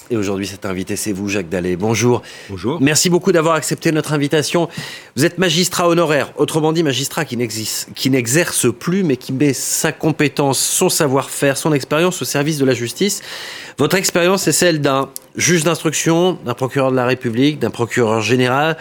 Et aujourd'hui, cet invité, c'est vous, Jacques Dallet. Bonjour. Bonjour. Merci beaucoup d'avoir accepté notre invitation. Vous êtes magistrat honoraire, autrement dit magistrat qui n'exerce plus, mais qui met sa compétence, son savoir-faire, son expérience au service de la justice. Votre expérience est celle d'un juge d'instruction, d'un procureur de la République, d'un procureur général.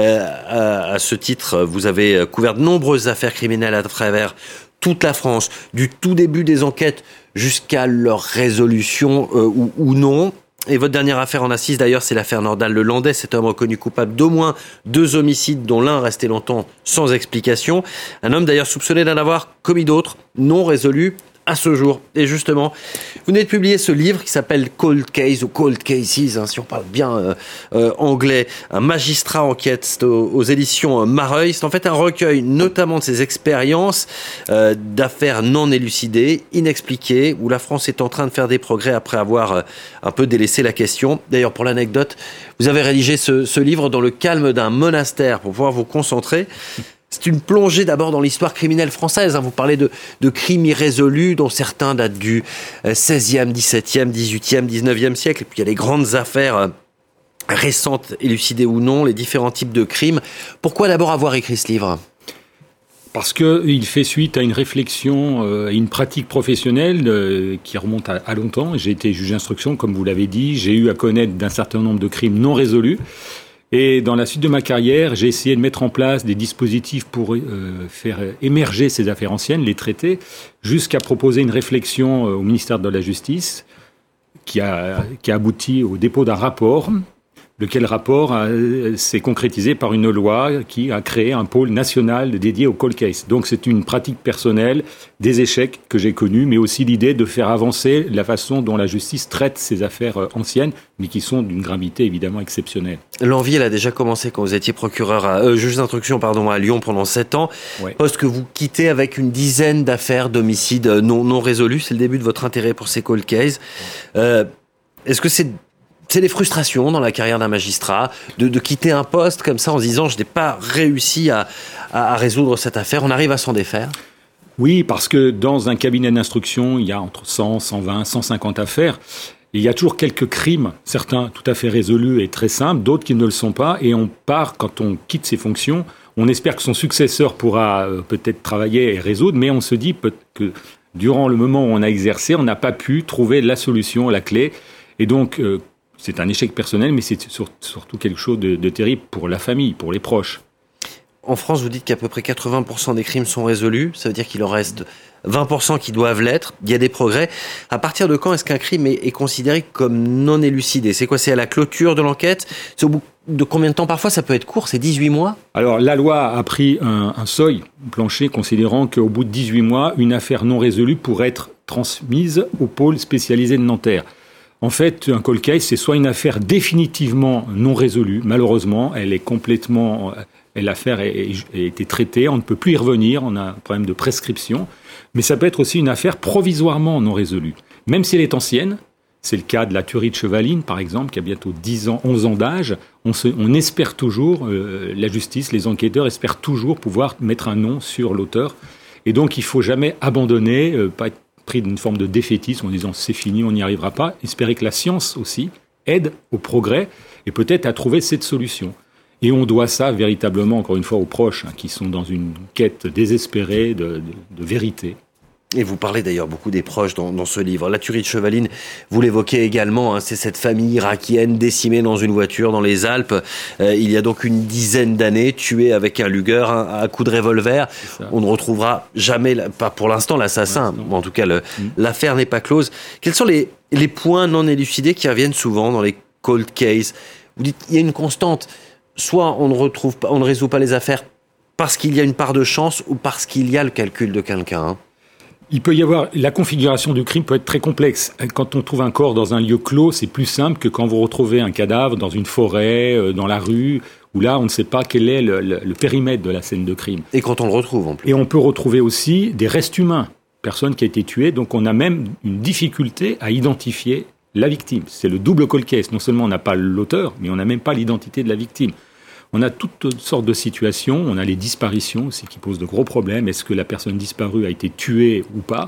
À ce titre, vous avez couvert de nombreuses affaires criminelles à travers toute la France, du tout début des enquêtes jusqu'à leur résolution ou non. Et votre dernière affaire en assise, d'ailleurs, c'est l'affaire Nordal-Lelandais, cet homme reconnu coupable d'au moins 2 homicides, dont l'un resté longtemps sans explication. Un homme d'ailleurs soupçonné d'en avoir commis d'autres, non résolus à ce jour. Et justement, vous venez de publier ce livre qui s'appelle Cold Case ou Cold Cases, si on parle bien anglais. Un magistrat enquête, c'est aux éditions Mareuil. C'est en fait un recueil, notamment de ses expériences d'affaires non élucidées, inexpliquées, où la France est en train de faire des progrès après avoir un peu délaissé la question. D'ailleurs, pour l'anecdote, vous avez rédigé ce livre dans le calme d'un monastère pour pouvoir vous concentrer. C'est une plongée d'abord dans l'histoire criminelle française. Vous parlez de crimes irrésolus dont certains datent du 16e, 17e, 18e, 19e siècle. Et puis il y a les grandes affaires récentes, élucidées ou non, les différents types de crimes. Pourquoi d'abord avoir écrit ce livre ? Parce qu'il fait suite à une réflexion, à une pratique professionnelle qui remonte à longtemps. J'ai été juge d'instruction, comme vous l'avez dit. J'ai eu à connaître d'un certain nombre de crimes non résolus. Et dans la suite de ma carrière, j'ai essayé de mettre en place des dispositifs pour faire émerger ces affaires anciennes, les traiter, jusqu'à proposer une réflexion au ministère de la Justice qui a abouti au dépôt d'un rapport, lequel rapport s'est concrétisé par une loi qui a créé un pôle national dédié au cold case. Donc c'est une pratique personnelle des échecs que j'ai connus, mais aussi l'idée de faire avancer la façon dont la justice traite ces affaires anciennes, mais qui sont d'une gravité évidemment exceptionnelle. L'envie, elle a déjà commencé quand vous étiez juge d'instruction à Lyon pendant 7 ans. Ouais. Poste que vous quittez avec une dizaine d'affaires d'homicides non résolus. C'est le début de votre intérêt pour ces cold cases. Est-ce que c'est des frustrations dans la carrière d'un magistrat de quitter un poste comme ça en se disant « je n'ai pas réussi à résoudre cette affaire ». On arrive à s'en défaire ? Oui, parce que dans un cabinet d'instruction, il y a entre 100, 120, 150 affaires. Il y a toujours quelques crimes, certains tout à fait résolus et très simples, d'autres qui ne le sont pas. Et on part, quand on quitte ses fonctions, on espère que son successeur pourra peut-être travailler et résoudre, mais on se dit que durant le moment où on a exercé, on n'a pas pu trouver la solution, la clé. Et donc, c'est un échec personnel, mais c'est surtout quelque chose de terrible pour la famille, pour les proches. En France, vous dites qu'à peu près 80% des crimes sont résolus. Ça veut dire qu'il en reste 20% qui doivent l'être. Il y a des progrès. À partir de quand est-ce qu'un crime est considéré comme non élucidé ? C'est quoi ? C'est à la clôture de l'enquête ? C'est au bout de combien de temps ? Parfois, ça peut être court, c'est 18 mois ? Alors, la loi a pris un seuil plancher, considérant qu'au bout de 18 mois, une affaire non résolue pourrait être transmise au pôle spécialisé de Nanterre. En fait, un cold case, c'est soit une affaire définitivement non résolue. Malheureusement, l'affaire a été traitée, on ne peut plus y revenir, on a un problème de prescription. Mais ça peut être aussi une affaire provisoirement non résolue. Même si elle est ancienne, c'est le cas de la tuerie de Chevaline, par exemple, qui a bientôt 11 ans d'âge, on espère toujours, la justice, les enquêteurs espèrent toujours pouvoir mettre un nom sur l'auteur. Et donc, il ne faut jamais abandonner, pas être pris d'une forme de défaitisme en disant c'est fini, on n'y arrivera pas. Espérer que la science aussi aide au progrès et peut-être à trouver cette solution. Et on doit ça véritablement, encore une fois, aux proches qui sont dans une quête désespérée de vérité. Et vous parlez d'ailleurs beaucoup des proches dans ce livre. La tuerie de Chevaline, vous l'évoquez également, c'est cette famille irakienne décimée dans une voiture dans les Alpes. Il y a donc une dizaine d'années, tuée avec un Luger, à coup de revolver. On ne retrouvera jamais, pas pour l'instant, l'assassin. En tout cas, l'affaire n'est pas close. Quels sont les points non élucidés qui reviennent souvent dans les cold cases ? Vous dites, il y a une constante. Soit on ne résout pas les affaires parce qu'il y a une part de chance ou parce qu'il y a le calcul de quelqu'un. Il peut y avoir, la configuration du crime peut être très complexe. Quand on trouve un corps dans un lieu clos, c'est plus simple que quand vous retrouvez un cadavre dans une forêt, dans la rue, où là, on ne sait pas quel est le périmètre de la scène de crime. Et quand on le retrouve en plus. Et on peut retrouver aussi des restes humains, personne qui a été tuée, donc on a même une difficulté à identifier la victime. C'est le double cold case. Non seulement on n'a pas l'auteur, mais on n'a même pas l'identité de la victime. On a toutes sortes de situations, on a les disparitions aussi qui posent de gros problèmes. Est-ce que la personne disparue a été tuée ou pas ?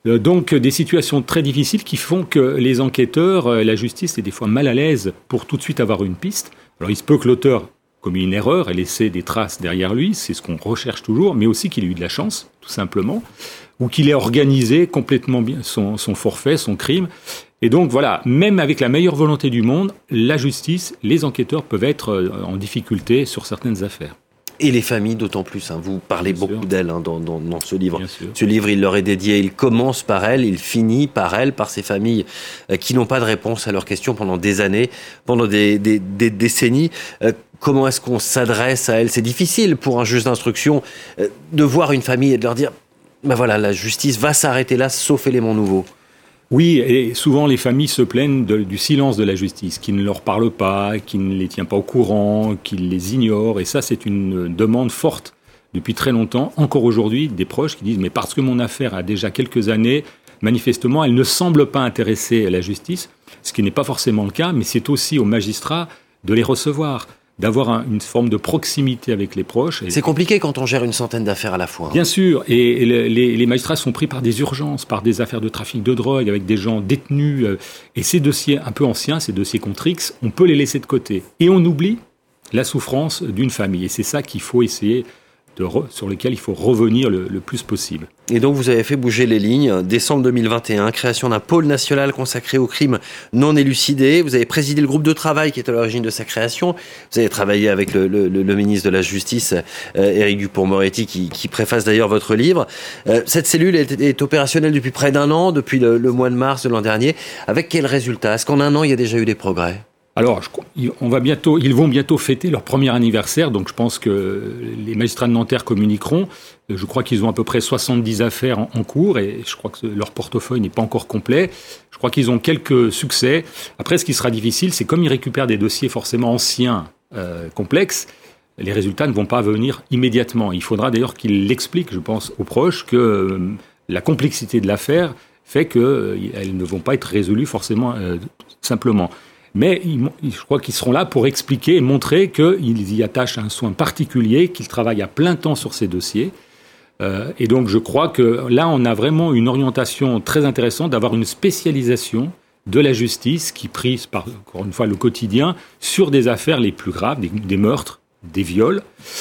Donc des situations très difficiles qui font que les enquêteurs, la justice est des fois mal à l'aise pour tout de suite avoir une piste. Alors il se peut que l'auteur commis une erreur et laissé des traces derrière lui, c'est ce qu'on recherche toujours, mais aussi qu'il ait eu de la chance, tout simplement, ou qu'il ait organisé complètement bien son forfait, son crime. Et donc voilà, même avec la meilleure volonté du monde, la justice, les enquêteurs peuvent être en difficulté sur certaines affaires. Et les familles d'autant plus, vous parlez beaucoup d'elles dans ce livre. Bien sûr. Ce livre, il leur est dédié, il commence par elles, il finit par elles, par ces familles qui n'ont pas de réponse à leurs questions pendant des années, pendant des décennies. Comment est-ce qu'on s'adresse à elles ? C'est difficile pour un juge d'instruction de voir une famille et de leur dire voilà, la justice va s'arrêter là, sauf élément nouveau. Oui, et souvent les familles se plaignent du silence de la justice, qui ne leur parle pas, qui ne les tient pas au courant, qui les ignore. Et ça, c'est une demande forte depuis très longtemps. Encore aujourd'hui, des proches qui disent « mais parce que mon affaire a déjà quelques années, manifestement, elle ne semble pas intéresser la justice », ce qui n'est pas forcément le cas, mais c'est aussi aux magistrats de les recevoir, d'avoir une forme de proximité avec les proches. C'est compliqué quand on gère une centaine d'affaires à la fois. Bien sûr, et les magistrats sont pris par des urgences, par des affaires de trafic de drogue, avec des gens détenus, et ces dossiers un peu anciens, ces dossiers contre X, on peut les laisser de côté. Et on oublie la souffrance d'une famille, et c'est ça qu'il faut essayer sur lequel il faut revenir le plus possible. Et donc vous avez fait bouger les lignes. Décembre 2021, création d'un pôle national consacré aux crimes non élucidés. Vous avez présidé le groupe de travail qui est à l'origine de sa création. Vous avez travaillé avec le ministre de la Justice, Éric Dupond-Moretti, qui préface d'ailleurs votre livre. Cette cellule est opérationnelle depuis près d'un an, depuis le mois de mars de l'an dernier. Avec quels résultats ? Est-ce qu'en un an, il y a déjà eu des progrès ? Alors, ils vont bientôt fêter leur premier anniversaire, donc je pense que les magistrats de Nanterre communiqueront. Je crois qu'ils ont à peu près 70 affaires en cours, et je crois que leur portefeuille n'est pas encore complet. Je crois qu'ils ont quelques succès. Après, ce qui sera difficile, c'est comme ils récupèrent des dossiers forcément anciens, complexes, les résultats ne vont pas venir immédiatement. Il faudra d'ailleurs qu'ils l'expliquent, je pense, aux proches, que la complexité de l'affaire fait qu'elles ne vont pas être résolues forcément simplement. Mais je crois qu'ils seront là pour expliquer et montrer qu'ils y attachent un soin particulier, qu'ils travaillent à plein temps sur ces dossiers. Et donc je crois que là, on a vraiment une orientation très intéressante d'avoir une spécialisation de la justice qui prise par, encore une fois, le quotidien sur des affaires les plus graves, des meurtres, des viols,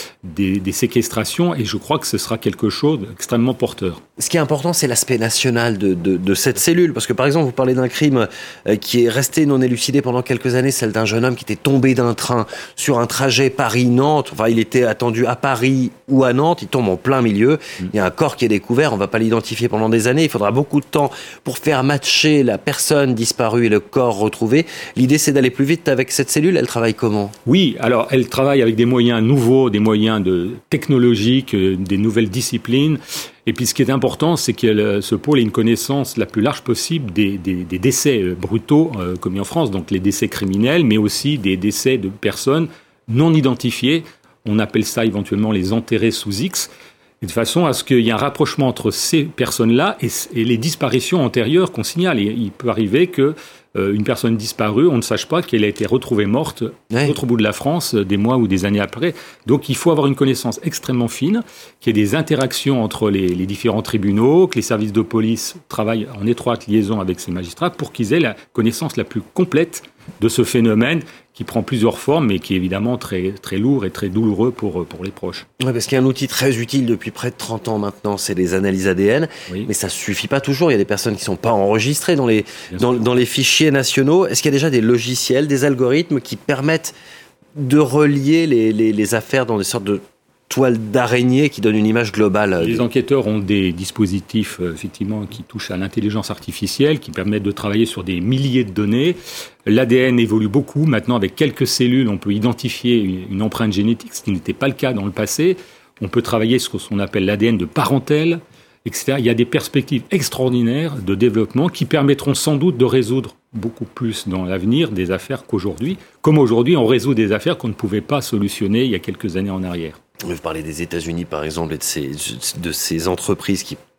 des séquestrations, et je crois que ce sera quelque chose d'extrêmement porteur. Ce qui est important, c'est l'aspect national de cette cellule, parce que par exemple, vous parlez d'un crime qui est resté non élucidé pendant quelques années, celle d'un jeune homme qui était tombé d'un train sur un trajet Paris-Nantes, enfin il était attendu à Paris ou à Nantes, il tombe en plein milieu, il y a un corps qui est découvert, on ne va pas l'identifier pendant des années, il faudra beaucoup de temps pour faire matcher la personne disparue et le corps retrouvé. L'idée, c'est d'aller plus vite avec cette cellule. Elle travaille comment ? Oui, alors elle travaille avec des moyens nouveaux, des moyens technologiques, des nouvelles disciplines. Et puis ce qui est important, c'est que ce pôle ait une connaissance la plus large possible des décès brutaux commis en France, donc les décès criminels, mais aussi des décès de personnes non identifiées. On appelle ça éventuellement les enterrés sous X, de façon à ce qu'il y ait un rapprochement entre ces personnes-là et les disparitions antérieures qu'on signale. Et il peut arriver que une personne disparue, on ne sache pas qu'elle a été retrouvée morte à l'autre bout de la France des mois ou des années après. Donc il faut avoir une connaissance extrêmement fine, qu'il y ait des interactions entre les différents tribunaux, que les services de police travaillent en étroite liaison avec ces magistrats pour qu'ils aient la connaissance la plus complète de ce phénomène qui prend plusieurs formes, mais qui est évidemment très, très lourd et très douloureux pour les proches. Oui, parce qu'il y a un outil très utile depuis près de 30 ans maintenant, c'est les analyses ADN, mais ça ne suffit pas toujours. Il y a des personnes qui ne sont pas enregistrées dans les fichiers nationaux. Est-ce qu'il y a déjà des logiciels, des algorithmes qui permettent de relier les affaires dans des sortes de toile d'araignée qui donne une image globale? Les enquêteurs ont des dispositifs effectivement qui touchent à l'intelligence artificielle, qui permettent de travailler sur des milliers de données. L'ADN évolue beaucoup. Maintenant, avec quelques cellules, on peut identifier une empreinte génétique, ce qui n'était pas le cas dans le passé. On peut travailler sur ce qu'on appelle l'ADN de parentèle, etc. Il y a des perspectives extraordinaires de développement qui permettront sans doute de résoudre beaucoup plus dans l'avenir des affaires qu'aujourd'hui. Comme aujourd'hui, on résout des affaires qu'on ne pouvait pas solutionner il y a quelques années en arrière. Vous parlez des États-Unis, par exemple, et de ces entreprises qui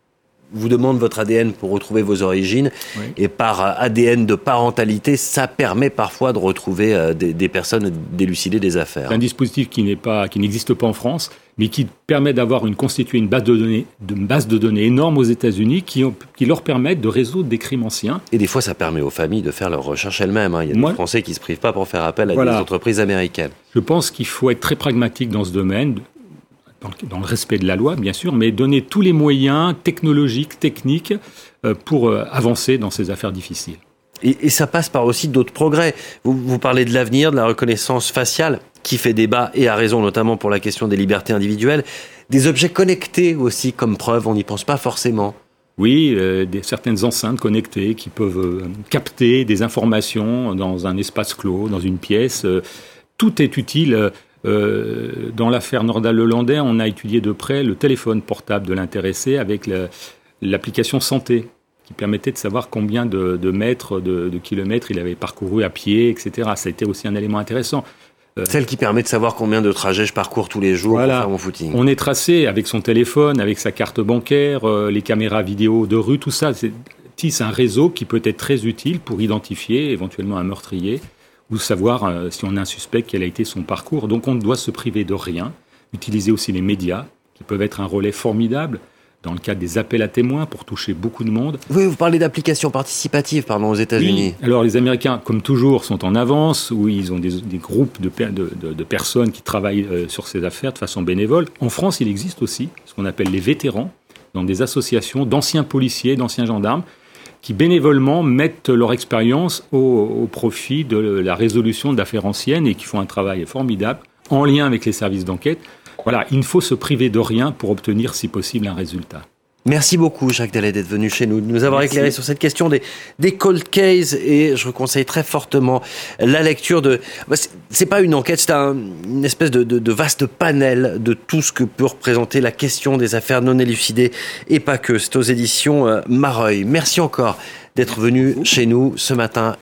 vous demande votre ADN pour retrouver vos origines. Oui. Et par ADN de parentalité, ça permet parfois de retrouver des personnes, d'élucider des affaires. C'est un dispositif qui n'existe pas en France, mais qui permet constituer une base de données énorme aux États-Unis qui leur permettent de résoudre des crimes anciens. Et des fois, ça permet aux familles de faire leurs recherches elles-mêmes. Il y a des Français qui ne se privent pas pour faire appel à des entreprises américaines. Je pense qu'il faut être très pragmatique dans ce domaine, dans le respect de la loi, bien sûr, mais donner tous les moyens technologiques, techniques, pour avancer dans ces affaires difficiles. Et ça passe par aussi d'autres progrès. Vous parlez de l'avenir, de la reconnaissance faciale, qui fait débat, et a raison, notamment pour la question des libertés individuelles. Des objets connectés aussi, comme preuve, on n'y pense pas forcément. Oui, certaines enceintes connectées qui peuvent capter des informations dans un espace clos, dans une pièce. Tout est utile. Dans l'affaire Nordal-Lelandais, on a étudié de près le téléphone portable de l'intéressé avec l'application santé, qui permettait de savoir combien de mètres, de kilomètres il avait parcouru à pied, etc. Ça a été aussi un élément intéressant. Celle qui permet de savoir combien de trajets je parcours tous les jours pour faire mon footing. On est tracé avec son téléphone, avec sa carte bancaire, les caméras vidéo de rue, tout ça. C'est un réseau qui peut être très utile pour identifier éventuellement un meurtrier ou savoir si on a un suspect, quel a été son parcours. Donc on ne doit se priver de rien. Utiliser aussi les médias, qui peuvent être un relais formidable dans le cadre des appels à témoins pour toucher beaucoup de monde. Oui, vous parlez d'applications participatives, aux États-Unis. Oui. Alors les Américains, comme toujours, sont en avance, où ils ont des groupes de personnes qui travaillent sur ces affaires de façon bénévole. En France, il existe aussi ce qu'on appelle les vétérans, dans des associations d'anciens policiers, d'anciens gendarmes, qui bénévolement mettent leur expérience au profit de la résolution d'affaires anciennes et qui font un travail formidable en lien avec les services d'enquête. Voilà, il ne faut se priver de rien pour obtenir, si possible, un résultat. Merci beaucoup, Jacques Dallet, d'être venu chez nous, de nous avoir éclairé sur cette question des cold cases. Et je vous conseille très fortement la lecture de... C'est pas une enquête, c'est une espèce de vaste panel de tout ce que peut représenter la question des affaires non élucidées. Et pas que. C'est aux éditions Mareuil. Merci encore d'être venu chez nous ce matin.